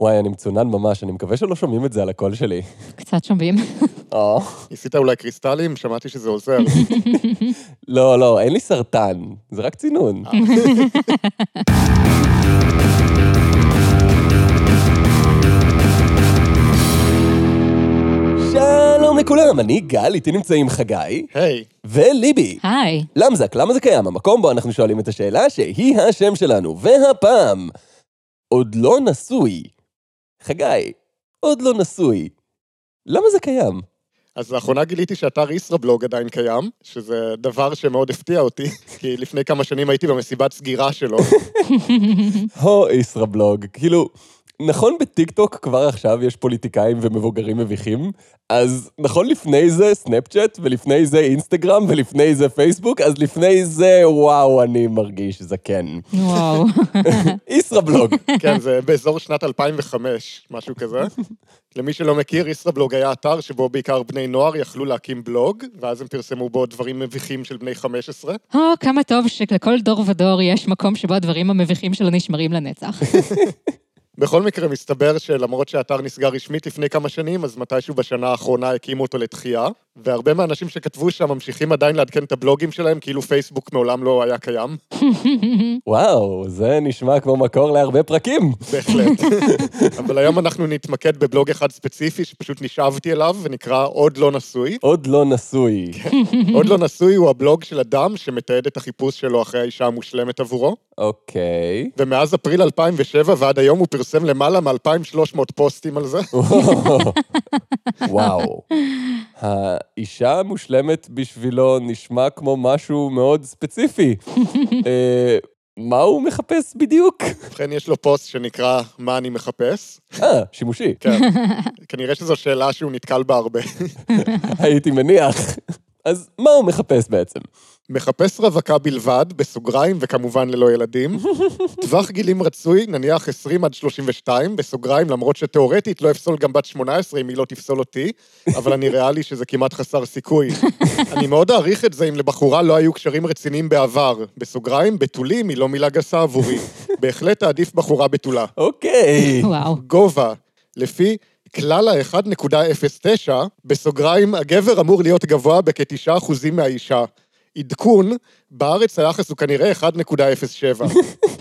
וואי, אני מצונן ממש, אני מקווה שלא שומעים את זה על הקול שלי. קצת שומעים. ניסית אולי קריסטלים? שמעתי שזה עוזר. לא, אין לי סרטן, זה רק צינון. שלום לכולם, אני גל, איתי נמצאים חגי. היי. וליבי. היי. למזק, למה זה קיים? המקום בו אנחנו שואלים את השאלה שהיא השם שלנו, והפעם, עוד לא נשוי. חגי, עוד לא נשוי. למה זה קיים? אז לאחרונה גיליתי שאתר ישראבלוג עדיין קיים, שזה דבר שמאוד הפתיע אותי, כי לפני כמה שנים הייתי במסיבת סגירה שלו. ישראבלוג, כאילו, נכון בטיקטוק כבר עכשיו יש פוליטיקאים ומבוגרים מביכים, אז נכון לפני זה סנאפצ'אט, ולפני זה אינסטגרם, ולפני זה פייסבוק, אז לפני זה, וואו, אני מרגיש זקן. וואו. ישראבלוג. כן, זה באזור שנת 2005, משהו כזה. למי שלא מכיר, ישראבלוג היה אתר שבו בעיקר בני נוער יכלו להקים בלוג, ואז הם פרסמו בו דברים מביכים של בני 15. כמה טוב שלכל דור ודור יש מקום שבו הדברים המביכים שלו נשמרים לנצח. בכל מקרה, מסתבר שלמרות שהאתר נסגר רשמית לפני כמה שנים, אז מתישהו בשנה האחרונה הקימו אותו לתחייה, והרבה מהאנשים שכתבו שם ממשיכים עדיין לעדכן את הבלוגים שלהם, כאילו פייסבוק מעולם לא היה קיים. וואו, זה נשמע כמו מקור להרבה פרקים. בהחלט. אבל היום אנחנו נתמקד בבלוג אחד ספציפי, שפשוט נשאבתי אליו, ונקרא עוד לא נשוי. עוד לא נשוי. עוד לא נשוי הוא הבלוג של אדם שמתעד את החיפוש שלו אחרי האישה המושלמת עבורו. אוקיי. ומאז אפריל 2007 ועד היום הוא פרסם למעלה מ-2,300 פוסטים על זה. וואו. האישה המושלמת בשבילו נשמע כמו משהו מאוד ספציפי. מה הוא מחפש בדיוק? ובכן יש לו פוסט שנקרא מה אני מחפש. שימושי. כן. כנראה שזו שאלה שהוא נתקל בה הרבה. הייתי מניח. אז מה הוא מחפש בעצם? מחפש רווקה בלבד, בסוגריים וכמובן ללא ילדים. טווח גילים רצוי, נניח 20 עד 32, בסוגריים, למרות שתיאורטית לא אפסול גם בת 18 אם היא לא תפסול אותי, אבל אני ריאלי שזה כמעט חסר סיכוי. אני מאוד אעריך את זה אם לבחורה לא היו קשרים רציניים בעבר. בסוגריים, בתולים היא לא מילה גסה עבורי. בהחלט העדיף בחורה בתולה. אוקיי. וואו. גובה, לפי כלל ה-1.09, בסוגריים, הגבר אמור להיות גבוה בכ9% מהאישה. עדכון, בארץ היחס הוא כנראה 1.07.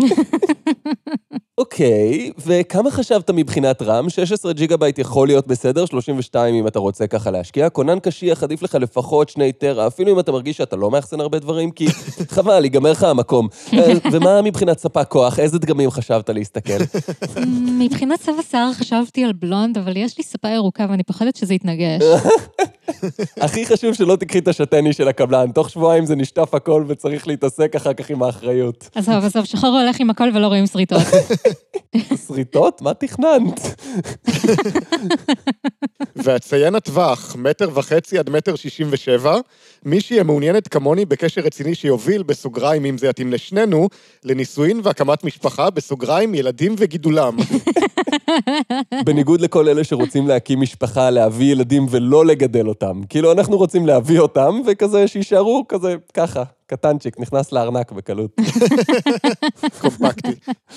אוקיי, וכמה חשבת מבחינת רם? 16 ג'יגה-בייט יכול להיות בסדר, 32 אם אתה רוצה ככה להשקיע. קונן קשיח, עדיף לך לפחות 2 טרה, אפילו אם אתה מרגיש שאתה לא מאחסן הרבה דברים, כי חבל, ייגמר לך המקום. ומה מבחינת ספק כוח? איזה דגמים חשבת להסתכל? מבחינת צבע שיער חשבתי על בלונד, אבל יש לי ספה ירוקה ואני פוחדת שזה יתנגש. הכי חשוב שלא תקחי את השטני של הקבלן. תוך שבועיים זה נשטף הכל וצריך להתעסק אחר כך עם האחריות. עזוב, שחור הולך עם הכל ולא רואים שריטות. שריטות? מה תכננת? והציין הטווח, 1.5 עד 1.67, מישהי המעוניינת כמוני בקשר רציני שיוביל, בסוגריים אם זה יתאים לשנינו, לנישואין והקמת משפחה, בסוגריים ילדים וגידולם. בניגוד לכל אלה שרוצים להקים משפחה, להביא ילדים ולא לגדל אותם. כאילו אנחנו רוצים להביא אותם, וכזה שישארו כזה ככה, קטנצ'יק, נכנס לארנק בקלות. קומפקטי.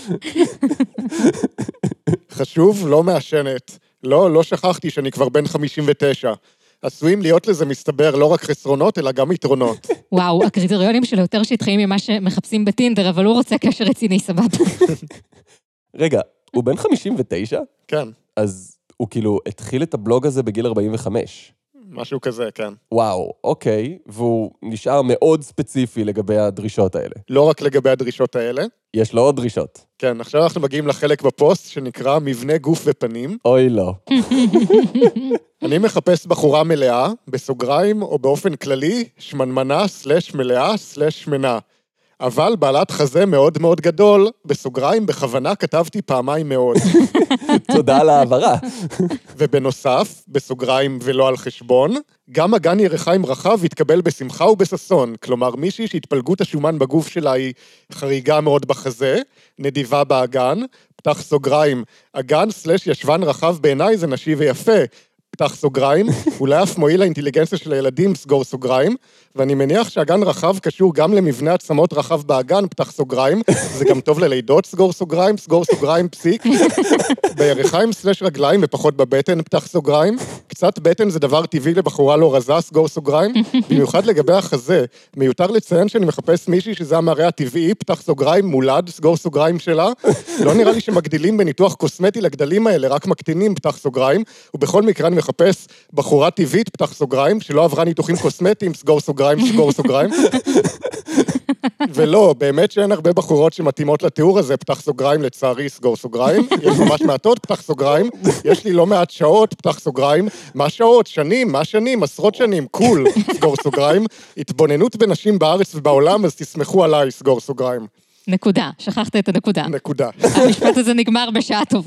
חשוב, לא מעשנת. לא שכחתי שאני כבר בן 59. עשויים להיות לזה מסתבר לא רק חסרונות, אלא גם יתרונות. וואו, הקריטריונים שלו יותר שטחיים ממה שמחפשים בטינדר, אבל הוא רוצה קשר רציני, סבבה. רגע, הוא בן 59? כן. אז הוא כאילו התחיל את הבלוג הזה בגיל 45. משהו כזה, כן. וואו, אוקיי, והוא נשאר מאוד ספציפי לגבי הדרישות האלה. לא רק לגבי הדרישות האלה. יש לו עוד דרישות. כן, עכשיו אנחנו מגיעים לחלק בפוסט שנקרא מבנה גוף ופנים. אוי לא. אני מחפש בחורה מלאה, בסוגריים או באופן כללי, שמנמנה/מלאה/שמנה. אבל בעלת חזה מאוד מאוד גדול, בסוגריים בכוונה כתבתי פעמיים מאוד. תודה על העברה. ובנוסף, בסוגריים ולא על חשבון, גם אגן ירחיים רחב יתקבל בשמחה ובששון, כלומר מישהי שהתפלגות השומן בגוף שלה היא חריגה מאוד בחזה, נדיבה באגן, פתח סוגריים, אגן/ישבן רחב בעיניי זה נשי ויפה, פתח סוגריים, אולי אף מועיל לאינטליגנציה של הילדים, סגור סוגריים, ואני מניח שהגן רחב קשור גם למבנה עצמות רחב באגן, פתח סוגריים, זה גם טוב ללידות, סגור סוגריים, פסיק, בירכיים סלש רגליים ופחות בבטן, פתח סוגריים, קצת בטן זה דבר טבעי לבחורה לא רזה, סגור סוגריים, במיוחד לגבי החזה, מיותר לציין שאני מחפש מישהי שזה המראה הטבעי, פתח סוגריים, מולד, סגור סוגריים שלה, לא נראה לי שמגדילים בניתוח קוסמטי לגדלים האלה, רק מקטינים, פתח סוגריים, ובכל מקרה אני מחפש בחורה טבעית, פתח סוגריים, שלא עברה ניתוחים קוסמטיים, סגור סוגריים. ולא, באמת שאין הרבה בחורות שמתאימות לתיאור הזה, פתח סוגריים, לצערי, סגור סוגריים. יש ממש מעטות, פתח סוגריים. יש לי לא מעט שעות, פתח סוגריים. מה שעות? שנים, עשרות שנים, קול, סגור סוגריים. התבוננות בנשים בארץ ובעולם, אז תסמכו עליי, סגור סוגריים. נקודה, שכחת את הנקודה. נקודה. המשפט הזה נגמר בשעה טובה.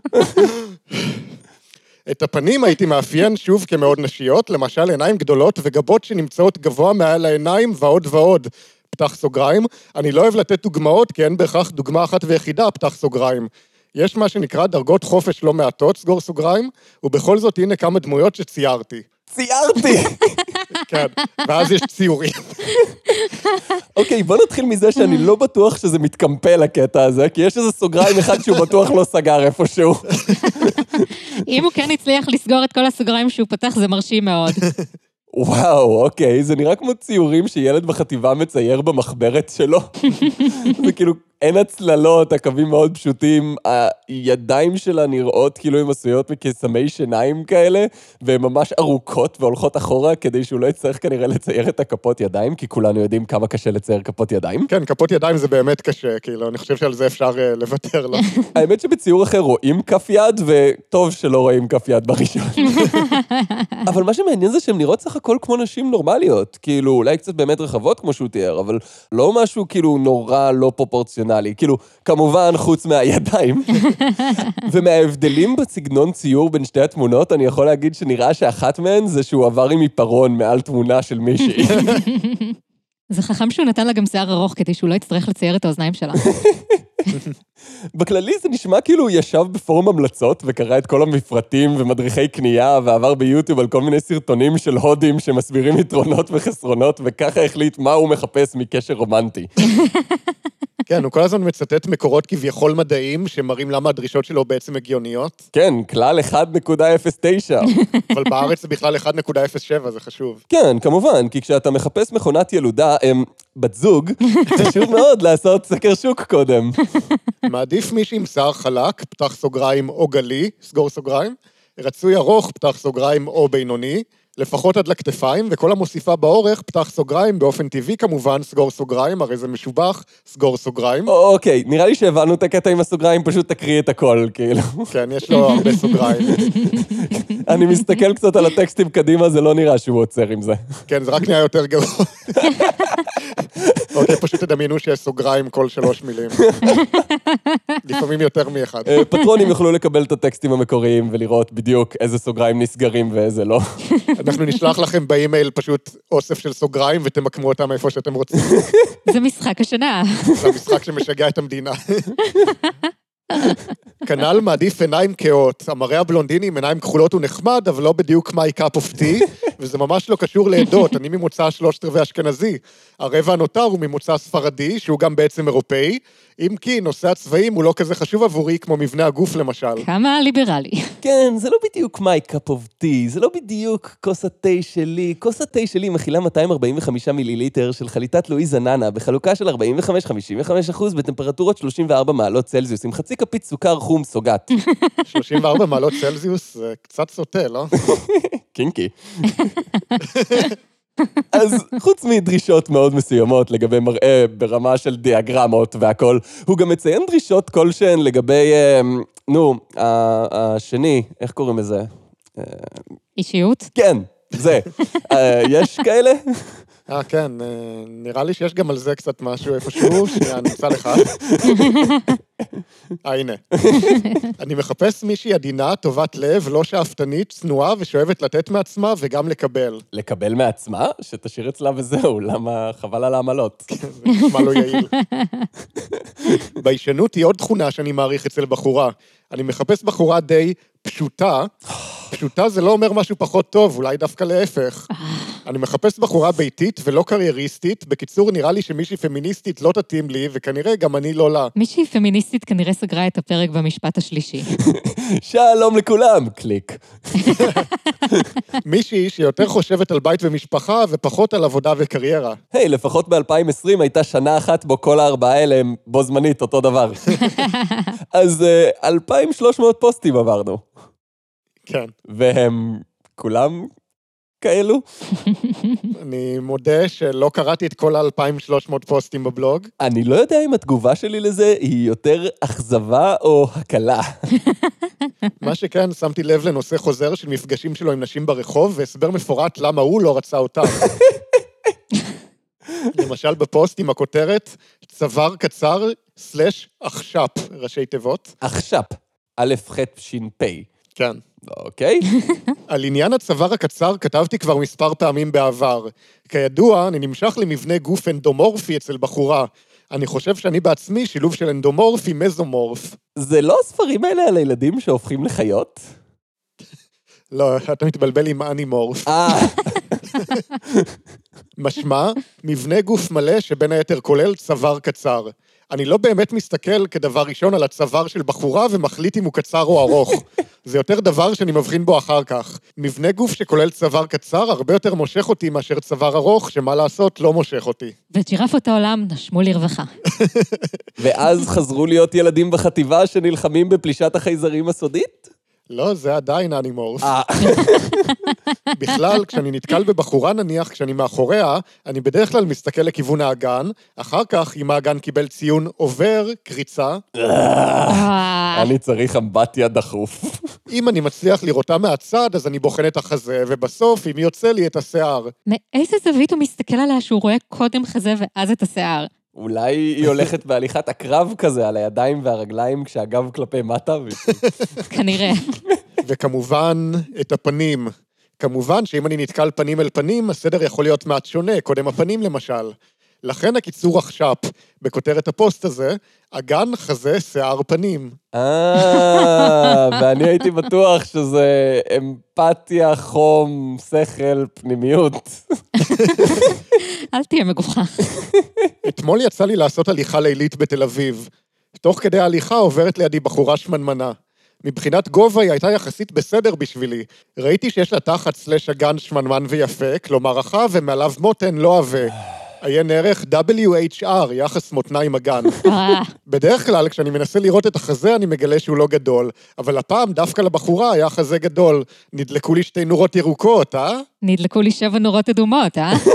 את הפנים הייתי מאפיין שוב כמאוד נשיות, למשל עיניים גדולות וגבות שנמצאות גבוה מעל העיניים ועוד ועוד, פתח סוגריים. אני לא אוהב לתת דוגמאות, כי אין בהכרח דוגמה אחת ויחידה, פתח סוגריים. יש מה שנקרא דרגות חופש לא מעטות, סגור סוגריים, ובכל זאת הנה כמה דמויות שציירתי. כן, ואז יש ציורים. אוקיי, בוא נתחיל מזה שאני לא בטוח שזה מתקמפל הקטע הזה, כי יש איזה סוגריים אחד שהוא בטוח לא סגר איפשהו. אם הוא כן הצליח לסגור את כל הסוגריים שהוא פתח, זה מרשים מאוד. וואו, אוקיי, זה נראה כמו ציורים שילד בחטיבה מצייר במחברת שלו. זה כאילו, אין הצללות, הקווים מאוד פשוטים, הידיים שלה נראות כאילו הן עשויות מקסמי שיניים כאלה, והן ממש ארוכות והולכות אחורה, כדי שהוא לא יצטרך כנראה לצייר את הכפות ידיים, כי כולנו יודעים כמה קשה לצייר כפות ידיים. כן, כפות ידיים זה באמת קשה, כאילו, אני חושב שעל זה אפשר לוותר לו. האמת שבציור אחר רואים כף יד, וטוב שלא רואים כף יד בראשון. אבל מה שמעניין זה שהן נראות סך הכל כמו נשים נורמליות, כאילו, אולי קצת באמת רחבות כמו שהוא תיאר, אבל לא משהו כאילו נורא לא פרופורציונלי, כאילו, כמובן חוץ מהידיים. ומההבדלים בסגנון ציור בין שתי התמונות, אני יכול להגיד שנראה שאחת מהן זה שהוא עבר עם עיפרון מעל תמונה של מישהי. זה חכם שהוא נתן לה גם שיער ארוך, כדי שהוא לא יצטרך לצייר את האוזניים שלה. בכללי זה נשמע כאילו הוא ישב בפורום המלצות וקרא את כל המפרטים ומדריכי קנייה ועבר ביוטיוב על כל מיני סרטונים של הודים שמסבירים יתרונות וחסרונות וככה החליט מה הוא מחפש מקשר רומנטי. כן, הוא כל הזמן מצטט מקורות כביכול מדעיים שמראים למה הדרישות שלו בעצם הגיוניות. כן, כלל 1.09. אבל בארץ זה בכלל 1.07, זה חשוב. כן, כמובן, כי כשאתה מחפש מכונת ילודה, בת זוג, חשוב מאוד לעשות סקר שוק קודם. מעדיף מישהי עם שיער חלק, פתח סוגריים או גלי, סגור סוגריים, רצוי ארוך, פתח סוגריים או בינוני, לפחות עד לכתפיים, וכל המוסיפה באורך, פתח סוגריים, באופן טבעי כמובן, סגור סוגריים, הרי זה משובח, סגור סוגריים. אוקיי, נראה לי שהבנו את הקטע עם הסוגריים, פשוט תקריא את הכל, כאילו. כן, יש לו הרבה סוגריים. אני מסתכל קצת על הטקסטים קדימה, זה לא נראה שהוא עוצר עם זה. כן, זה רק נהיה יותר גרוע. אוקיי, פשוט תדמיינו שיש סוגריים כל 3 מילים. לפעמים יותר מאחד. פטרונים יוכלו לקבל את הטקסטים המקוריים ולראות בדיוק איזה סוגריים נסגרים ואיזה לא. אנחנו נשלח לכם באימייל פשוט אוסף של סוגריים ותמקמו אותם איפה שאתם רוצים. זה משחק השנה. זה המשחק שמשגע את המדינה. כנ"ל מעדיף עיניים כאות. המראה הבלונדיני עם עיניים כחולות הוא נחמד, אבל לא בדיוק my cup of tea, וזה ממש לא קשור לעדות. אני ממוצא 3/4 אשכנזי. הרבע הנותר הוא ממוצא ספרדי, שהוא גם בעצם אירופאי, אם כי נושא הצבעים הוא לא כזה חשוב עבורי כמו מבנה הגוף למשל. כמה ליברלי. כן, זה לא בדיוק my cup of tea, זה לא בדיוק כוס התה שלי. כוס התה שלי מכילה 245 מיליליטר של חליטת לואיזה נאנה, בחלוקה של 45-55% בטמפרטורות 34 מעלות צלזיוס, עם חצי כפית סוכר חום סוגת. 34 מעלות צלזיוס זה קצת סוטה, לא? קינקי. אז חוץ מדרישות מאוד מסוימות לגבי מראה ברמה של דיאגרמות והכל, הוא גם מציין דרישות כלשהן לגבי, השני, איך קוראים לזה? אישיות? כן, זה. יש כאלה? כן, נראה לי שיש גם על זה קצת משהו איפשהו, שנייה, נמצא לך. הנה. אני מחפש מישהי עדינה, טובת לב, לא שאפתנית, צנועה ושואבת לתת מעצמה וגם לקבל. לקבל מעצמה? שתשאיר אצלה וזהו, למה חבל על העמלות. זה נשמע לא יעיל. בישנות היא עוד תכונה שאני מעריך אצל בחורה. אני מחפש בחורה די פשוטה, פשוטה זה לא אומר משהו פחות טוב, אולי דווקא להפך. אני מחפש בחורה ביתית ולא קרייריסטית, בקיצור נראה לי שמישהי פמיניסטית לא תתאים לי, וכנראה גם אני לא לה. מישהי פמיניסטית כנראה סגרה את הפרק במשפט השלישי. שלום לכולם, קליק. מישהי שיותר חושבת על בית ומשפחה, ופחות על עבודה וקריירה. היי, לפחות ב-2020 הייתה שנה אחת בו כל הארבעה האלה הם בו זמנית, אותו דבר. אז 2,300 פוסטים עברנו. כן. והם כולם כאלו? אני מודה שלא קראתי את כל ה-2,300 פוסטים בבלוג. אני לא יודע אם התגובה שלי לזה היא יותר אכזבה או הקלה. מה שכן, שמתי לב לנושא חוזר של מפגשים שלו עם נשים ברחוב, והסבר מפורט למה הוא לא רצה אותם. למשל בפוסט עם הכותרת, צוואר קצר / אכשפ, ראשי תיבות. אכשפ, א' ח' ש' פ'. כן. אוקיי. על עניין הצוואר הקצר כתבתי כבר מספר פעמים בעבר. כידוע, אני נמשך למבנה גוף אנדומורפי אצל בחורה. אני חושב שאני בעצמי שילוב של אנדומורפי מזומורף. זה לא הספרים האלה על הילדים שהופכים לחיות? לא, אתה מתבלבל עם אנימורף. משמע, מבנה גוף מלא שבין היתר כולל צוואר קצר. אני לא באמת מסתכל כדבר ראשון על הצוואר של בחורה ומחליט אם הוא קצר או ארוך. זה יותר דבר שאני מבחין בו אחר כך. מבנה גוף שכולל צוואר קצר הרבה יותר מושך אותי מאשר צוואר ארוך, שמה לעשות לא מושך אותי. וג'ירפות העולם נשמו לרווחה. ואז חזרו להיות ילדים בחטיבה שנלחמים בפלישת החייזרים הסודית? לא, זה עדיין אנימורף. בכלל, כשאני נתקל בבחורה נניח, כשאני מאחוריה, אני בדרך כלל מסתכל לכיוון האגן, אחר כך, אם האגן קיבל ציון עובר, קריצה. אני צריך אמבטיה דחוף. אם אני מצליח לראותה מהצד, אז אני בוחן את החזה, ובסוף, אם יוצא לי את השיער. מאיזה זווית הוא מסתכל עליה שהוא רואה קודם חזה ואז את השיער? אולי היא הולכת בהליכת הקרב כזה על הידיים והרגליים כשהגב כלפי מטה. כנראה. וכמובן, את הפנים. כמובן שאם אני נתקל פנים אל פנים, הסדר יכול להיות מעט שונה, קודם הפנים למשל. לכן הקיצור אכשפ, בכותרת הפוסט הזה, אגן, חזה, שיער, פנים. ואני הייתי בטוח שזה אמפתיה, חום, שכל, פנימיות. אל תהיה מגוחך. אתמול יצא לי לעשות הליכה לילית בתל אביב. תוך כדי ההליכה עוברת לידי בחורה שמנמנה. מבחינת גובה היא הייתה יחסית בסדר בשבילי. ראיתי שיש לה תחת / אגן שמנמן ויפה, כלומר רחב ומעליו מותן לא עבה. עיין ערך WHR, יחס מותניים אגן. בדרך כלל, כשאני מנסה לראות את החזה, אני מגלה שהוא לא גדול, אבל הפעם דווקא לבחורה היה חזה גדול. נדלקו לי 2 נורות ירוקות, נדלקו לי 7 נורות אדומות,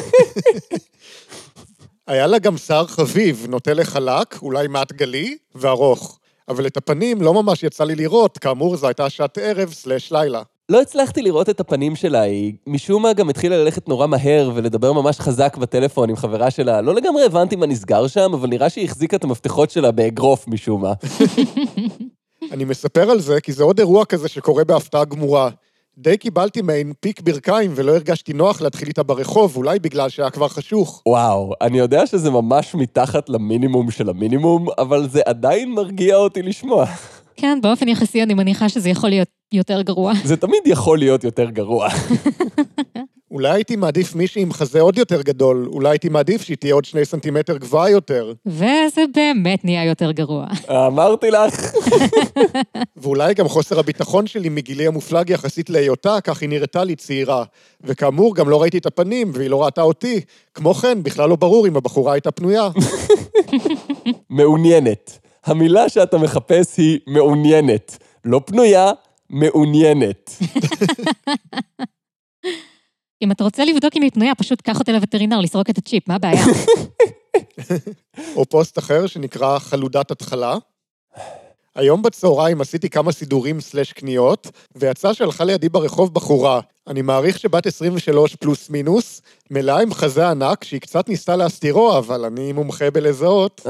היה לה גם שיער חביב, נוטה לחלק, אולי מעט גלי, וארוך. אבל את הפנים לא ממש יצא לי לראות, כאמור זו הייתה שעת ערב / לילה. לא הצלחתי לראות את הפנים שלה, היא משום מה גם התחילה ללכת נורא מהר ולדבר ממש חזק בטלפון עם חברה שלה. לא לגמרי הבנתי מה נסגר שם, אבל נראה שהיא החזיקה את המפתחות שלה באגרוף משום מה. אני מספר על זה כי זה עוד אירוע כזה שקורה בהפתעה גמורה. די קיבלתי מעין פיק ברכיים ולא הרגשתי נוח להתחיל איתה ברחוב, אולי בגלל שהיה כבר חשוך. וואו, אני יודע שזה ממש מתחת למינימום של המינימום, אבל זה עדיין מרגיע אותי לשמוע. כן, באופן יחסי אני מניחה שזה יכול להיות יותר גרוע. זה תמיד יכול להיות יותר גרוע. אולי הייתי מעדיף מישהי עם חזה עוד יותר גדול, אולי הייתי מעדיף שהיא תהיה עוד 2 סנטימטר גבוהה יותר. וזה באמת נהיה יותר גרוע. אמרתי לך. ואולי גם חוסר הביטחון שלי מגילי המופלג יחסית להיותה, כך היא נראתה לי צעירה. וכאמור, גם לא ראיתי את הפנים, והיא לא ראתה אותי. כמו כן, בכלל לא ברור אם הבחורה הייתה פנויה. מעוניינת. המילה שאתה מחפש היא מעוניינת. לא פנויה, מעוניינת. אם אתה רוצה לבדוק אם היא פנויה, פשוט קח אותה לווטרינר, לסרוק את הצ'יפ, מה הבעיה? או פוסט אחר שנקרא חלודת התחלה. היום בצהריים עשיתי כמה סידורים / קניות, ויצא שהלכה לידי ברחוב בחורה. אני מעריך שבת 23 פלוס מינוס, מלאה עם חזה ענק, שהיא קצת ניסתה להסתירו, אבל אני מומחה בלזהות.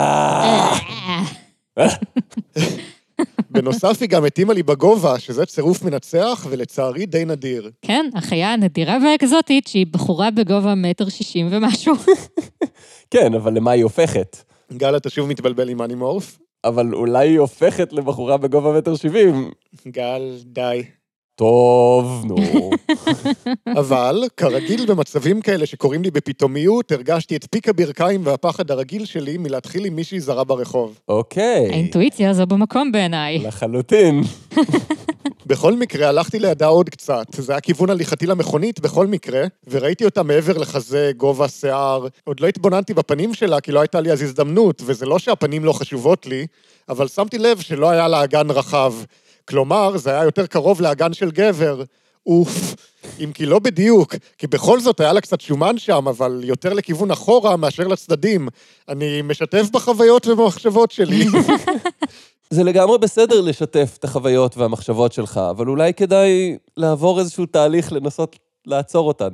בנוסף היא גם התאימה לי בגובה, שזה צירוף מנצח, ולצערי די נדיר. כן, החיה הנדירה והאקזוטית, שהיא בחורה בגובה 1.60 ומשהו. כן, אבל למה היא הופכת? גל, אתה שוב מתבלבל עם אנימורף? אבל אולי היא הופכת לבחורה בגובה 1.70 מטר. גל, די. טוב, נו. אבל, כרגיל במצבים כאלה שקוראים לי בפתאומיות, הרגשתי את פיק הברכיים והפחד הרגיל שלי מלהתחיל עם מישהי זרה ברחוב. אוקיי. האינטואיציה הזו במקום בעיניי. לחלוטין. בכל מקרה, הלכתי לידה עוד קצת. זה היה כיוון הליכתי למכונית בכל מקרה, וראיתי אותה מעבר לחזה, גובה, שיער. עוד לא התבוננתי בפנים שלה, כי לא הייתה לי אז הזדמנות, וזה לא שהפנים לא חשובות לי, אבל שמתי לב שלא היה לה אגן רחב. כלומר, זה היה יותר קרוב לאגן של גבר. אוף, אם כי לא בדיוק, כי בכל זאת היה לה קצת שומן שם, אבל יותר לכיוון אחורה מאשר לצדדים. אני משתף בחוויות ובמחשבות שלי. זה לגמרי בסדר לשתף את החוויות והמחשבות שלך, אבל אולי כדאי לעבור איזשהו תהליך לנסות לעצור אותן.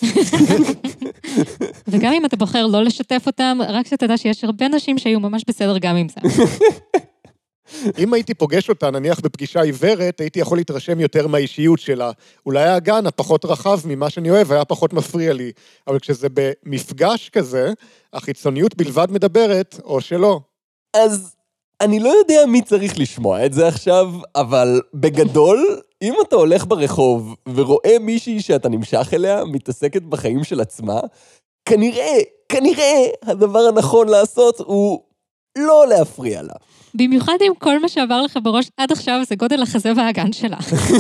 וגם אם אתה בוחר לא לשתף אותם, רק שתדע שיש הרבה נשים שהיו ממש בסדר גם עם זה. אם הייתי פוגש אותה, נניח בפגישה עיוורת, הייתי יכול להתרשם יותר מהאישיות שלה. אולי האגן הפחות רחב ממה שאני אוהב, היה פחות מפריע לי. אבל כשזה במפגש כזה, החיצוניות בלבד מדברת, או שלא. אז אני לא יודע מי צריך לשמוע את זה עכשיו, אבל בגדול, אם אתה הולך ברחוב ורואה מישהי שאתה נמשך אליה, מתעסקת בחיים של עצמה, כנראה הדבר הנכון לעשות הוא לא להפריע לה. במיוחד אם כל מה שעבר לך בראש עד עכשיו זה גודל החזה והאגן שלה.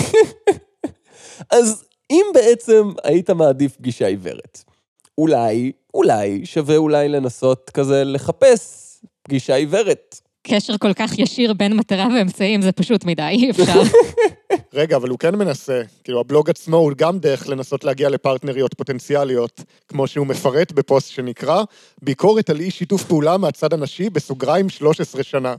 אז אם בעצם היית מעדיף פגישה עיוורת, אולי שווה לנסות כזה לחפש פגישה עיוורת. קשר כל כך ישיר בין מטרה ואמצעים, זה פשוט מדי, אי אפשר. רגע, אבל הוא כן מנסה. כאילו, הבלוג עצמו הוא גם דרך לנסות להגיע לפרטנריות פוטנציאליות, כמו שהוא מפרט בפוסט שנקרא, ביקורת על אי שיתוף פעולה מהצד הנשי, בסוגריים 13 שנה.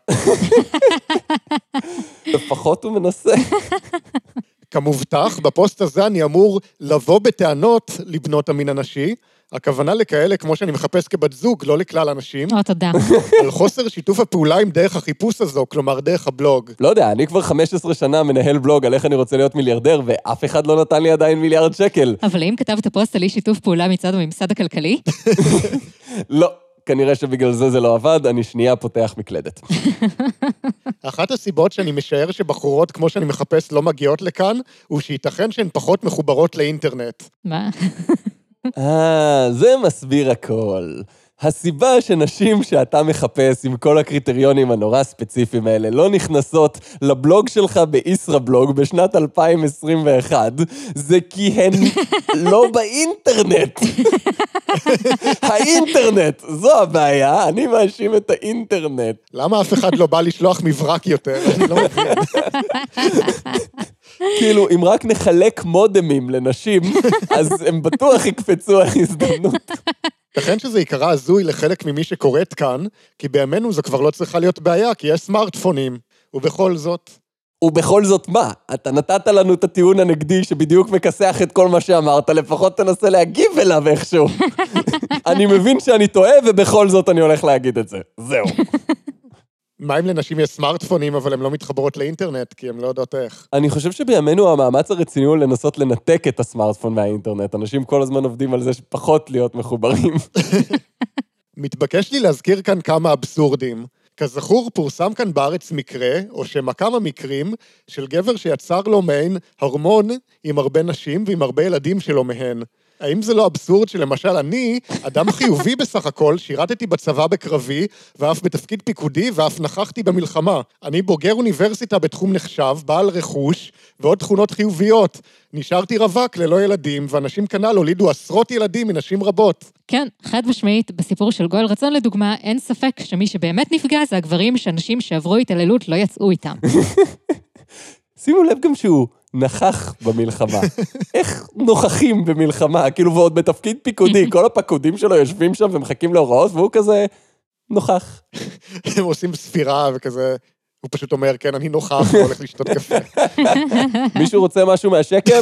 לפחות הוא מנסה. כמובטח, בפוסט הזה אני אמור לבוא בטענות לבנות המין הנשי, הכוונה לכאלה כמו שאני מחפש כבת זוג, לא לכלל אנשים. תודה. על חוסר שיתוף הפעולה עם דרך החיפוש הזו, כלומר דרך הבלוג. לא יודע, אני כבר 15 שנה מנהל בלוג על איך אני רוצה להיות מיליארדר, ואף אחד לא נתן לי עדיין מיליארד שקל. אבל אם כתבת פוסט על אי שיתוף פעולה מצד הממסד הכלכלי? לא, כנראה שבגלל זה לא עבד, אני שנייה פותח מקלדת. אחת הסיבות שאני משער שבחורות כמו שאני מחפש לא מגיעות לכאן, הוא שייתכן שהן פחות מחוברות לאינטרנט. מה? זה מסביר הכל. הסיבה שנשים שאתה מחפש עם כל הקריטריונים הנורא ספציפיים האלה לא נכנסות לבלוג שלך בישראבלוג בשנת 2021, זה כי הן לא באינטרנט. האינטרנט, זו הבעיה, אני מאשים את האינטרנט. למה אף אחד לא בא לשלוח מברק יותר? אני לא מבין. כאילו, אם רק נחלק מודמים לנשים, אז הם בטוח יקפצו על הזדמנות. לכן שזה יקרה הזוי לחלק ממי שקוראת כאן, כי בימינו זו כבר לא צריכה להיות בעיה, כי יש סמארטפונים, ובכל זאת... ובכל זאת מה? אתה נתת לנו את הטיעון הנגדי שבדיוק מכסח את כל מה שאמרת, לפחות תנסה להגיב אליו איכשהו. אני מבין שאני טועה, ובכל זאת אני הולך להגיד את זה. זהו. מה אם לנשים יש סמארטפונים, אבל הן לא מתחברות לאינטרנט, כי הן לא יודעות איך? אני חושב שבימינו המאמץ הרציני הוא לנסות לנתק את הסמארטפון מהאינטרנט. אנשים כל הזמן עובדים על זה שפחות להיות מחוברים. מתבקש לי להזכיר כאן כמה אבסורדים. כזכור, פורסם כאן בארץ מקרה, או שמה כמה מקרים, של גבר שיצר לו מעין הרמון עם הרבה נשים ועם הרבה ילדים שלו מהן. האם זה לא אבסורד שלמשל אני, אדם חיובי בסך הכל, שירתתי בצבא בקרבי, ואף בתפקיד פיקודי, ואף נכחתי במלחמה. אני בוגר אוניברסיטה בתחום נחשב, בעל רכוש, ועוד תכונות חיוביות. נשארתי רווק ללא ילדים, ואנשים כנ"ל הולידו עשרות ילדים מנשים רבות. כן, חד משמעית, בסיפור של גואל רצון לדוגמה, אין ספק שמי שבאמת נפגע זה הגברים שאנשים שעברו התעללות לא יצאו איתם. שימו לב גם שהוא נכח במלחמה. איך נוכחים במלחמה? כאילו, ועוד בתפקיד פיקודי, כל הפקודים שלו יושבים שם ומחכים להוראות, והוא כזה נוכח. הם עושים ספירה וכזה, הוא פשוט אומר, כן, אני נוכח, הוא הולך לשתות קפה. מישהו רוצה משהו מהשקם?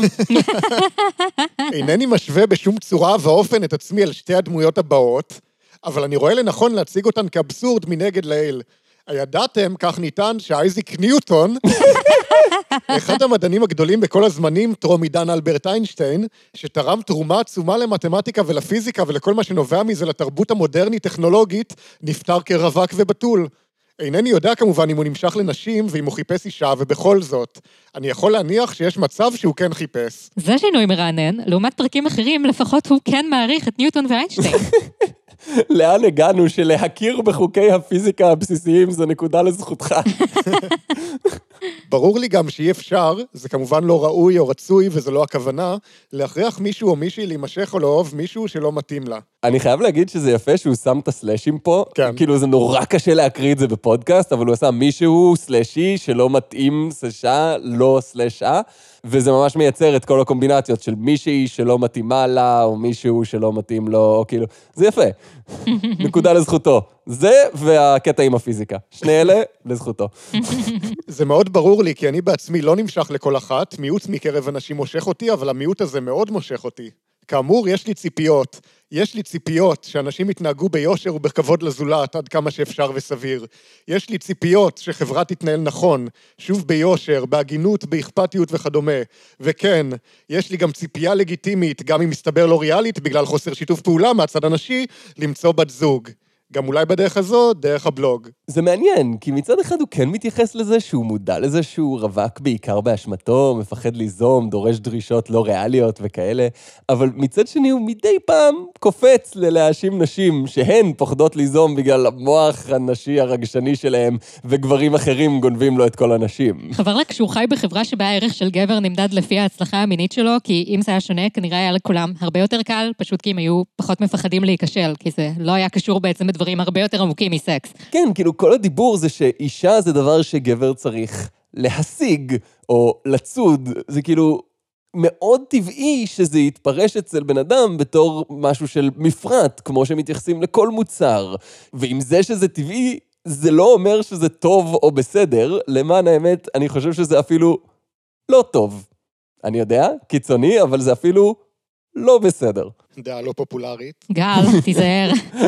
אינני משווה בשום צורה ואופן את עצמי על שתי הדמויות הבאות, אבל אני רואה לנכון להציג אותן כאבסורד מנגד לעיל. הידעתם, כך ניתן, שאייזיק ניוטון, אחד המדענים הגדולים בכל הזמנים, טרום עידן אלברט איינשטיין, שתרם תרומה עצומה למתמטיקה ולפיזיקה ולכל מה שנובע מזה לתרבות המודרנית-טכנולוגית, נפטר כרווק ובתול. אינני יודע כמובן אם הוא נמשך לנשים ואם הוא חיפש אישה, ובכל זאת, אני יכול להניח שיש מצב שהוא כן חיפש. זה שינוי מרענן, לעומת פרקים אחרים, לפחות הוא כן מעריך את ניוטון ואיינשטיין. לאן הגענו שלהכיר בחוקי הפיזיקה הבסיסיים זה נקודה לזכותך? ברור לי גם שאי אפשר, זה כמובן לא ראוי או רצוי, וזה לא הכוונה, להכריח מישהו או מישהי להימשך או לאהוב מישהו שלא מתאים לה. אני חייב להגיד שזה יפה שהוא שם את הסלאשים פה, כן. כאילו זה נורא קשה להקריא את זה בפודקאסט, אבל הוא עשה מישהו סלאשי שלא מתאים סלשה, לא סלשה, וזה ממש מייצר את כל הקומבינציות של מישהי שלא מתאימה לה, או מישהו שלא מתאים לו, או כאילו, זה יפה. נקודה לזכותו. זה והקטע עם הפיזיקה. שני אלה לזכותו. זה מאוד ברור לי, כי אני בעצמי לא נמשך לכל אחת, מיעוט מקרב אנשים מושך אותי, אבל המיעוט הזה מאוד מושך אותי. כאמור, יש לי ציפיות. יש לי ציפיות שאנשים יתנהגו ביושר ובכבוד לזולת עד כמה שאפשר וסביר. יש לי ציפיות שחברה תתנהל נכון, שוב ביושר, בהגינות, באכפתיות וכדומה. וכן, יש לי גם ציפייה לגיטימית, גם אם מסתבר לא ריאלית, בגלל חוסר שיתוף פעולה מהצד הנשי, למצוא בת זוג. גם אולי בדרך הזו, דרך הבלוג. זה מעניין, כי מצד אחד הוא כן מתייחס לזה שהוא מודע לזה שהוא רווק בעיקר באשמתו, מפחד ליזום, דורש דרישות לא ריאליות וכאלה, אבל מצד שני הוא מדי פעם קופץ ללהאשים נשים שהן פוחדות ליזום בגלל המוח הנשי הרגשני שלהם, וגברים אחרים גונבים לו את כל הנשים. חבר רק שהוא חי בחברה שבה הערך של גבר נמדד לפי ההצלחה המינית שלו, כי אם זה היה שונה, כנראה היה לכולם הרבה יותר קל, פשוט כי הם היו פחות מפחדים להיכשל, כי זה לא היה קשור בעצם בדברים הרבה יותר עמוקים מסקס. כן, כאילו כל הדיבור זה שאישה זה דבר שגבר צריך להשיג או לצוד, זה כאילו מאוד טבעי שזה יתפרש אצל בן אדם בתור משהו של מפרט, כמו שמתייחסים לכל מוצר. ועם זה שזה טבעי, זה לא אומר שזה טוב או בסדר, למען האמת, אני חושב שזה אפילו לא טוב. אני יודע, קיצוני, אבל זה אפילו לא בסדר. דעה לא פופולרית. גל, תיזהר.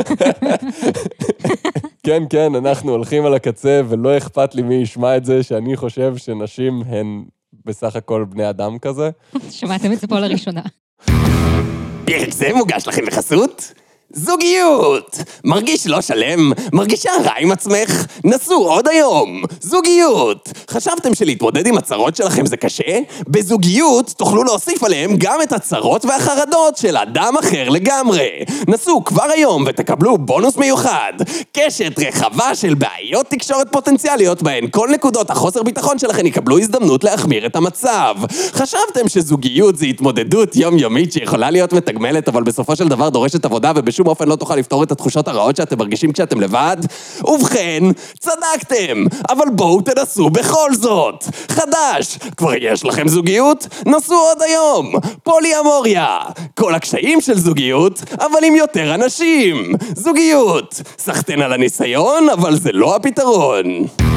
כן, כן, אנחנו הולכים על הקצה, ולא אכפת לי מי ישמע את זה, שאני חושב שנשים הן בסך הכל בני אדם כזה. שמעתם את זה פה לראשונה. פרק זה מוגש לכם בחסות? זוגיות! מרגיש לא שלם? מרגישה רע עם עצמך? נסו עוד היום! זוגיות! חשבתם שלהתמודד עם הצרות שלכם זה קשה? בזוגיות תוכלו להוסיף עליהם גם את הצרות והחרדות של אדם אחר לגמרי. נסו כבר היום ותקבלו בונוס מיוחד. קשת רחבה של בעיות תקשורת פוטנציאליות בהן כל נקודות החוסר ביטחון שלכם יקבלו הזדמנות להחמיר את המצב. חשבתם שזוגיות זה התמודדות יומיומית שיכולה להיות מתגמלת אבל בסופו של דבר דורשת עבודה ובשום אופן לא תוכל לפתור את התחושות הרעות שאתם מרגישים כשאתם לבד? ובכן, צדקתם, אבל בואו תנסו בכל זאת. חדש, כבר יש לכם זוגיות? נסו עוד היום. פוליאמוריה, כל הקשיים של זוגיות, אבל עם יותר אנשים. זוגיות, סחטן על הניסיון, אבל זה לא הפתרון.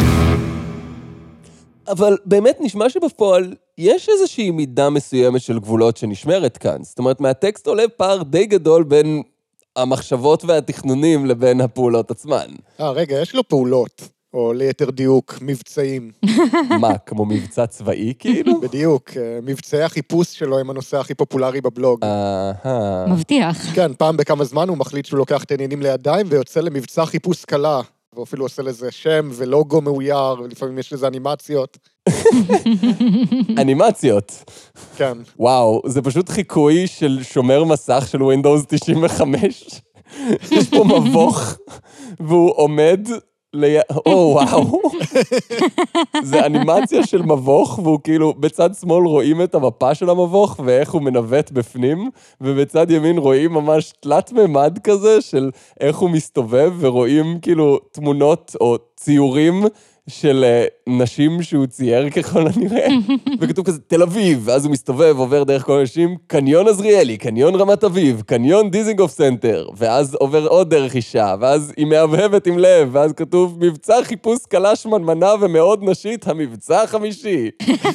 אבל באמת נשמע שבפועל יש איזושהי מידה מסוימת של גבולות שנשמרת כאן. זאת אומרת, מהטקסט עולה פער די גדול בין המחשבות והתכנונים לבין הפעולות עצמן. רגע, יש לו פעולות, או ליתר דיוק, מבצעים. מה, כמו מבצע צבאי כאילו? בדיוק, מבצעי החיפוש שלו הם הנושא הכי פופולרי בבלוג. מבטיח. כן, פעם בכמה זמן הוא מחליט שהוא לוקח את העניינים לידיים ויוצא למבצע חיפוש קלה. והוא אפילו עושה לזה שם ולוגו מאויר, ולפעמים יש לזה אנימציות. אנימציות. כן. וואו, זה פשוט חיקוי של שומר מסך של Windows 95. יש פה מבוך, והוא עומד וואו. זה אנימציה של מבוך, והוא כאילו, בצד שמאל רואים את המפה של המבוך, ואיך הוא מנווט בפנים, ובצד ימין רואים ממש תלת ממד כזה, של איך הוא מסתובב, ורואים כאילו תמונות או ציורים, של נשים שהוא צייר ככל הנראה, וכתוב כזה תל אביב, ואז הוא מסתובב, עובר דרך כל אנשים, קניון עזריאלי, קניון רמת אביב, קניון דיזינגוף סנטר, ואז עובר עוד דרך אישה, ואז היא מהבהבת עם לב, ואז כתוב מבצע חיפוש קלה שמנמנה ומאוד נשית, המבצע החמישי.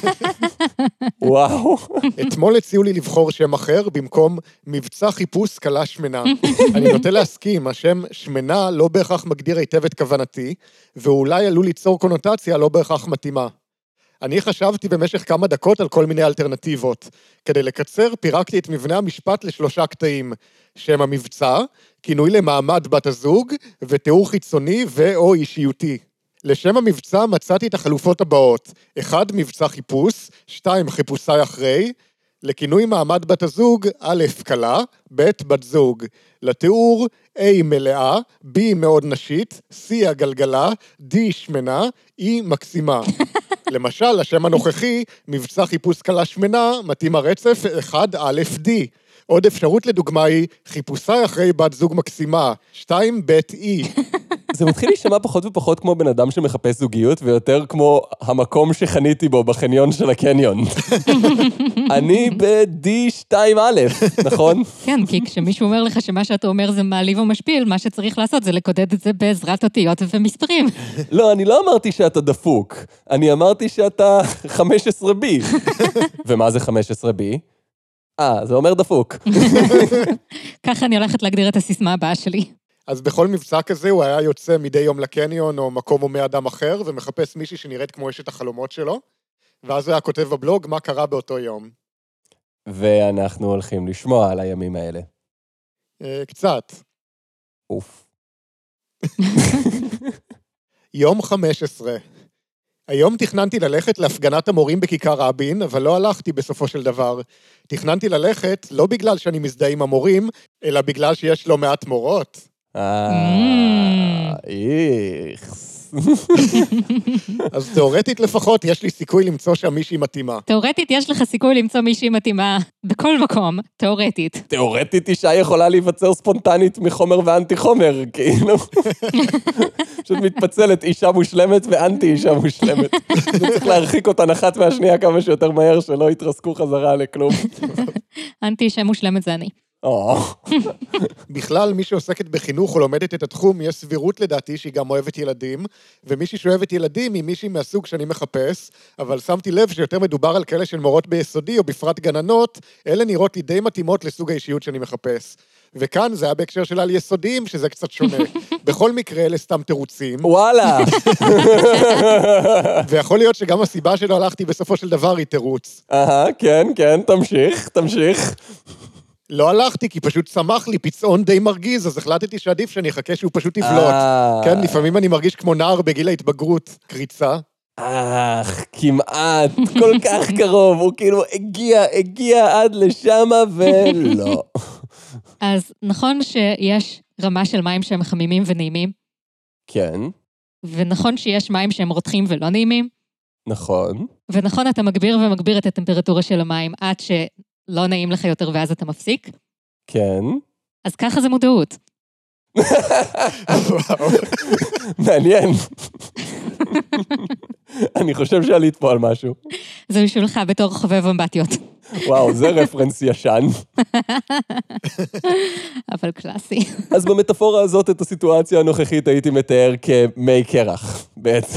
וואו. אתמול הציעו לי לבחור שם אחר במקום מבצע חיפוש קלה שמנה. אני נוטה להסכים, השם שמנה לא בהכרח מגדיר היטב את כוונתי, ואולי עלול ליצור קונוטציה לא בהכרח מתאימה. אני חשבתי במשך כמה דקות על כל מיני אלטרנטיבות. כדי לקצר, פירקתי את מבנה המשפט לשלושה קטעים. שם המבצע, כינוי למעמד בת הזוג, ותיאור חיצוני ו/או אישיותי. לשם המבצע מצאתי את החלופות הבאות. 1. מבצע חיפוש, 2. חיפושי אחרי, לכינוי מעמד בת הזוג, א', קלה, ב', בת זוג. לתיאור, A, מלאה, B, מאוד נשית, C, הגלגלה, D, שמנה, E, מקסימה. למשל, השם הנוכחי, מבצע חיפוש קלה שמנה, מתאים הרצף 1, א', D. עוד אפשרות לדוגמה היא, חיפושי אחרי בת זוג מקסימה, 2, ב', E. זה מתחיל להישמע פחות ופחות כמו בן אדם שמחפש זוגיות, ויותר כמו המקום שחניתי בו בחניון של הקניון. אני ב-D2א', נכון? כן, כי כשמישהו אומר לך שמה שאתה אומר זה מעליב או משפיל, מה שצריך לעשות זה לקודד את זה בעזרת אותיות ומספרים. לא, אני לא אמרתי שאתה דפוק, אני אמרתי שאתה 15B. ומה זה 15B? זה אומר דפוק. ככה אני הולכת להגדיר את הסיסמה הבאה שלי. אז בכל מבצע כזה הוא היה יוצא מדי יום לקניון או מקום הומי אדם אחר, ומחפש מישהי שנראית כמו אשת החלומות שלו, ואז הוא היה כותב בבלוג מה קרה באותו יום. ואנחנו הולכים לשמוע על הימים האלה. קצת. אוף. יום 15. היום תכננתי ללכת להפגנת המורים בכיכר רבין, אבל לא הלכתי בסופו של דבר. תכננתי ללכת לא בגלל שאני מזדהה עם המורים, אלא בגלל שיש לא מעט מורות. איכס. אז תיאורטית לפחות יש לי סיכוי למצוא שם מישהי מתאימה. תיאורטית יש לך סיכוי למצוא מישהי מתאימה בכל מקום, תיאורטית. תיאורטית אישה יכולה להיווצר ספונטנית מחומר ואנטי חומר, כאילו. פשוט מתפצלת אישה מושלמת ואנטי אישה מושלמת. צריך להרחיק אותן אחת מהשנייה כמה שיותר מהר, שלא יתרסקו חזרה לכלום. אנטי אישה מושלמת זה אני. בכלל, מי שעוסקת בחינוך או לומדת את התחום, יש סבירות לדעתי שהיא גם אוהבת ילדים, ומישהי שאוהבת ילדים היא מישהי מהסוג שאני מחפש, אבל שמתי לב שיותר מדובר על כאלה של מורות ביסודי, או בפרט גננות, אלה נראות לי די מתאימות לסוג האישיות שאני מחפש. וכאן זה היה בהקשר של על יסודיים, שזה קצת שונה. בכל מקרה, אלה סתם תירוצים. וואלה. ויכול להיות שגם הסיבה שלא הלכתי בסופו של דבר היא תירוץ. כן, תמשיך. לא הלכתי, כי פשוט צמח לי פצעון די מרגיז, אז החלטתי שעדיף שאני אחכה שהוא פשוט יבלוט. כן, לפעמים אני מרגיש כמו נער בגיל ההתבגרות, קריצה. כמעט, כל כך קרוב, הוא כאילו הגיע עד לשם ולא. אז נכון שיש רמה של מים שהם חמימים ונעימים? כן. ונכון שיש מים שהם רותחים ולא נעימים? נכון. ונכון, אתה מגביר ומגביר את הטמפרטורה של המים עד שלא נעים לך יותר ואז אתה מפסיק? כן. אז ככה זה מודעות. מעניין. אני חושב שעלית פה על משהו. זה בשבילך בתור חובב אמבטיות. וואו, זה רפרנס ישן. אבל קלאסי. אז במטאפורה הזאת את הסיטואציה הנוכחית הייתי מתאר כמי קרח, בעצם.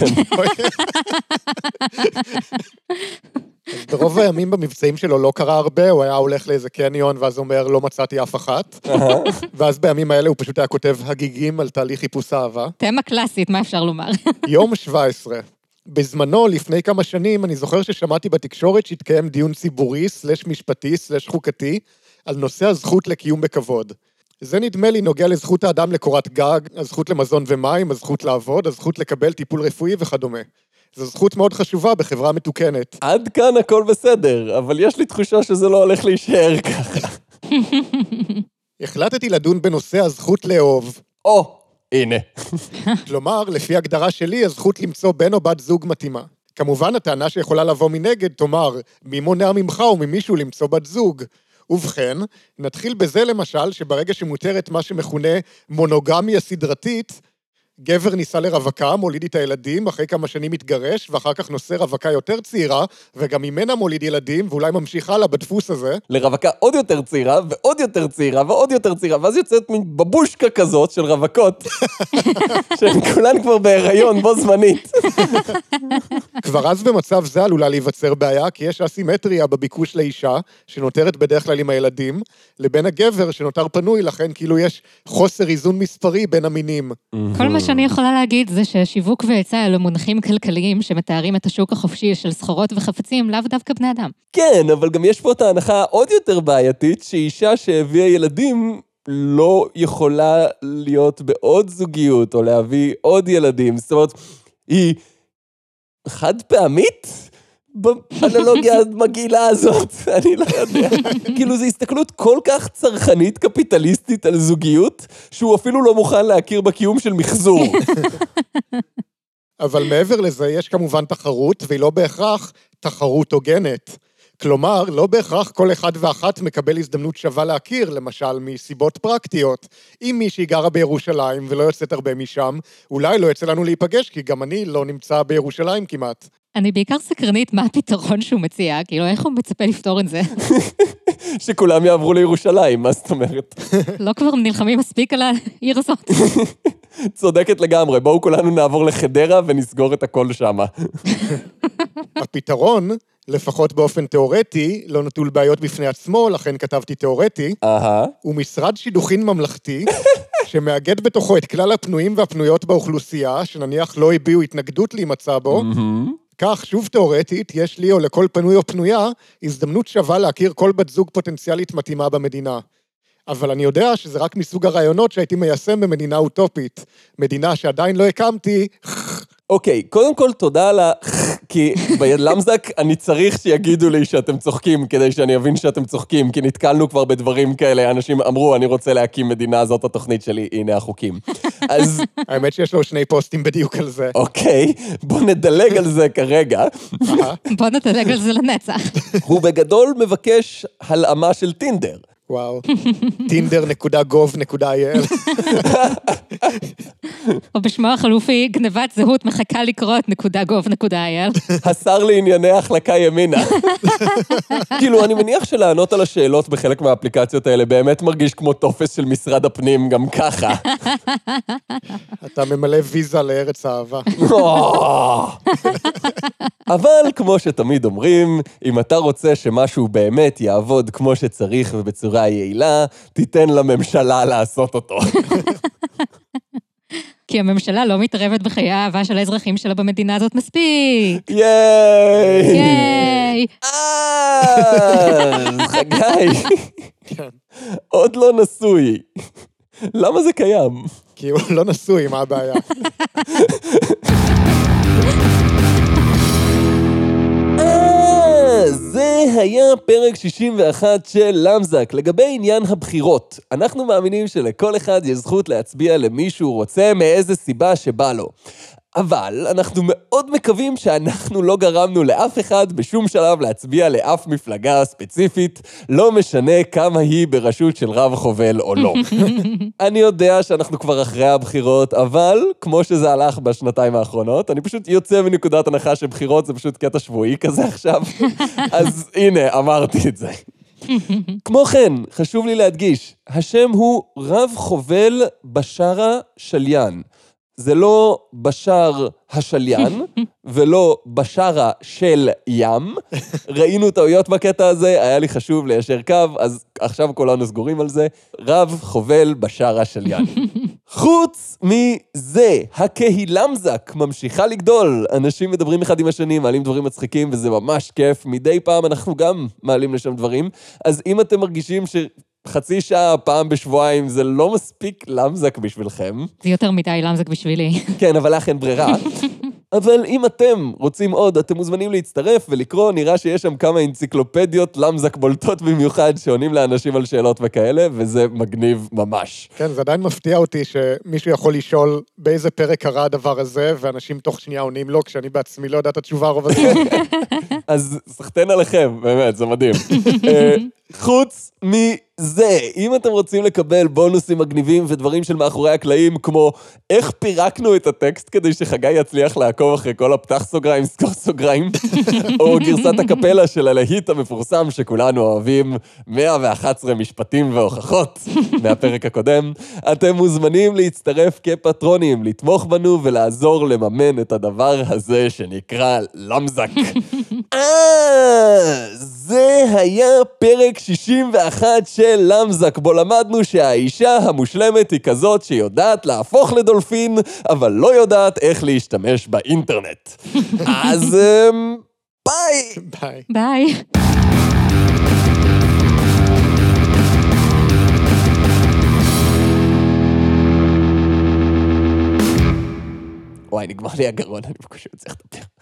ברוב הימים במבצעים שלו לא קרה הרבה, הוא היה הולך לאיזה קניון ואז אומר לא מצאתי אף אחת, ואז בימים האלה הוא פשוט היה כותב הגיגים על תהליך חיפוש אהבה. תמה קלאסית, מה אפשר לומר? יום 17. בזמנו, לפני כמה שנים, אני זוכר ששמעתי בתקשורת שהתקיים דיון ציבורי, /משפטי, /חוקתי, על נושא הזכות לקיום בכבוד. זה נדמה לי נוגע לזכות האדם לקורת גג, הזכות למזון ומים, הזכות לעבוד, הזכות לקבל טיפול רפואי וכדומה. זו זכות מאוד חשובה בחברה מתוקנת. עד כאן הכל בסדר, אבל יש לי תחושה שזה לא הולך להישאר ככה. החלטתי לדון בנושא הזכות לאהוב. הנה. כלומר, לפי הגדרה שלי, הזכות למצוא בן או בת זוג מתאימה. כמובן, הטענה שיכולה לבוא מנגד, תאמר, מי מונע ממך או ממישהו למצוא בת זוג? ובכן, נתחיל בזה למשל, שברגע שמותרת מה שמכונה מונוגמיה סדרתית, גבר ניסה לרווקה, מוליד את הילדים, אחרי כמה שנים מתגרש, ואחר כך נושא רווקה יותר צעירה, וגם ממנה מוליד ילדים, ואולי ממשיך הלאה בדפוס הזה. לרווקה עוד יותר צעירה, ועוד יותר צעירה, ועוד יותר צעירה, ואז יוצאת מין בבושקה כזאת של רווקות, שהן כולן כבר בהיריון, בו זמנית. כבר אז במצב זה עלולה להיווצר בעיה, כי יש אסימטריה בביקוש לאישה, שנותרת בדרך כלל עם הילדים, לבין הגבר שנותר פנוי, לכן כאילו יש חוסר איזון מספרי בין המינים. כל מה שאני יכולה להגיד זה ששיווק והיצע אלו מונחים כלכליים שמתארים את השוק החופשי של סחורות וחפצים, לאו דווקא בני אדם. כן, אבל גם יש פה את ההנחה עוד יותר בעייתית, שאישה שהביאה ילדים לא יכולה להיות בעוד זוגיות, או להביא עוד ילדים. זאת אומרת, היא חד פעמית? באנלוגיה המגעילה הזאת, אני לא יודע. כאילו, זו הסתכלות כל כך צרכנית קפיטליסטית על זוגיות, שהוא אפילו לא מוכן להכיר בקיום של מחזור. אבל מעבר לזה, יש כמובן תחרות, והיא לא בהכרח תחרות הוגנת. כלומר, לא בהכרח כל אחד ואחת מקבל הזדמנות שווה להכיר, למשל, מסיבות פרקטיות. אם מישהי גרה בירושלים ולא יוצאת הרבה משם, אולי לא יצא לנו להיפגש, כי גם אני לא נמצא בירושלים כמעט. אני בעיקר סקרנית מה הפתרון שהוא מציע, כאילו איך הוא מצפה לפתור את זה? שכולם יעברו לירושלים, מה זאת אומרת? לא כבר נלחמים מספיק על העיר הזאת? צודקת לגמרי, בואו כולנו נעבור לחדרה ונסגור את הכל שמה. הפתרון, לפחות באופן תיאורטי, לא נטול בעיות בפני עצמו, לכן כתבתי תיאורטי, הוא משרד שידוכין ממלכתי, שמאגד בתוכו את כלל הפנויים והפנויות באוכלוסייה, שנניח לא הביעו התנגדות להימצא בו, כך, שוב תיאורטית, יש לי או לכל פנוי או פנויה, הזדמנות שווה להכיר כל בת זוג פוטנציאלית מתאימה במדינה. אבל אני יודע שזה רק מסוג הרעיונות שהייתי מיישם במדינה אוטופית. מדינה שעדיין לא הקמתי. אוקיי, קודם כל תודה על כי בלמזק אני צריך שיגידו לי שאתם צוחקים, כדי שאני אבין שאתם צוחקים, כי נתקלנו כבר בדברים כאלה, אנשים אמרו, אני רוצה להקים מדינה, זאת התוכנית שלי, הנה החוקים. אז... האמת שיש לו 2 פוסטים בדיוק על זה. אוקיי, בוא נדלג על זה כרגע. בוא נדלג על זה לנצח. הוא בגדול מבקש הלאמה של טינדר. וואו, tinder.gov.il. או בשמו החלופי, גנבת זהות מחכה לקרות .gov.il. השר לענייני החלקה ימינה. כאילו, אני מניח שלענות על השאלות בחלק מהאפליקציות האלה באמת מרגיש כמו טופס של משרד הפנים, גם ככה. אתה ממלא ויזה לארץ האהבה. אבל כמו שתמיד אומרים, אם אתה רוצה שמשהו באמת יעבוד כמו שצריך ובצורה יעילה, תיתן לממשלה לעשות אותו. כי הממשלה לא מתערבת בחיי האהבה של האזרחים שלה במדינה הזאת מספיק. ייי! ייי! חגי. עוד לא נשוי. למה זה קיים? כי הוא לא נשוי, מה הבעיה? זה היה פרק 61 של למזק, לגבי עניין הבחירות. אנחנו מאמינים שלכל אחד יש זכות להצביע למי שהוא רוצה מאיזה סיבה שבא לו. אבל אנחנו מאוד מקווים שאנחנו לא גרמנו לאף אחד בשום שלב להצביע לאף מפלגה ספציפית, לא משנה כמה היא בראשות של רב חובל או לא. אני יודע שאנחנו כבר אחרי הבחירות, אבל כמו שזה הלך בשנתיים האחרונות, אני פשוט יוצא מנקודת הנחה שבחירות זה פשוט קטע שבועי כזה עכשיו. אז הנה, אמרתי את זה. כמו כן, חשוב לי להדגיש, השם הוא רב חובל בשארה שליין. זה לא בשאר השליין, ולא בשארה של ים. ראינו טעויות בקטע הזה, היה לי חשוב ליישר קו, אז עכשיו כולנו סגורים על זה. רב חובל בשארה שליין. חוץ מזה, הקהילמזק ממשיכה לגדול. אנשים מדברים אחד עם השני, מעלים דברים מצחיקים, וזה ממש כיף. מדי פעם אנחנו גם מעלים לשם דברים. אז אם אתם מרגישים חצי שעה, פעם בשבועיים, זה לא מספיק למזק בשבילכם. זה יותר מדי למזק בשבילי. כן, אבל לך אין ברירה. אבל אם אתם רוצים עוד, אתם מוזמנים להצטרף ולקרוא, נראה שיש שם כמה אנציקלופדיות למזק בולטות במיוחד, שעונים לאנשים על שאלות וכאלה, וזה מגניב ממש. כן, זה עדיין מפתיע אותי שמישהו יכול לשאול באיזה פרק קרה הדבר הזה, ואנשים תוך שנייה עונים לו, כשאני בעצמי לא יודע את התשובה רוב הזמן. אז סחטן עליכם, באמת, זה מדהים. חוץ מזה, אם אתם רוצים לקבל בונוסים מגניבים ודברים של מאחורי הקלעים, כמו איך פירקנו את הטקסט כדי שחגי יצליח לעקוב אחרי כל הפתח סוגריים, סגור סוגריים, או גרסת הקפלה של הלהיט המפורסם שכולנו אוהבים, 111 משפטים והוכחות מהפרק הקודם, אתם מוזמנים להצטרף כפטרונים, לתמוך בנו ולעזור לממן את הדבר הזה שנקרא למזק. זה היה פרק 61 של למזק, בו למדנו שהאישה המושלמת היא כזאת שיודעת להפוך לדולפין, אבל לא יודעת איך להשתמש באינטרנט. אז ביי! ביי. ביי. וואי, נגמר לי הגרון, אני בקושי מצליח לדבר.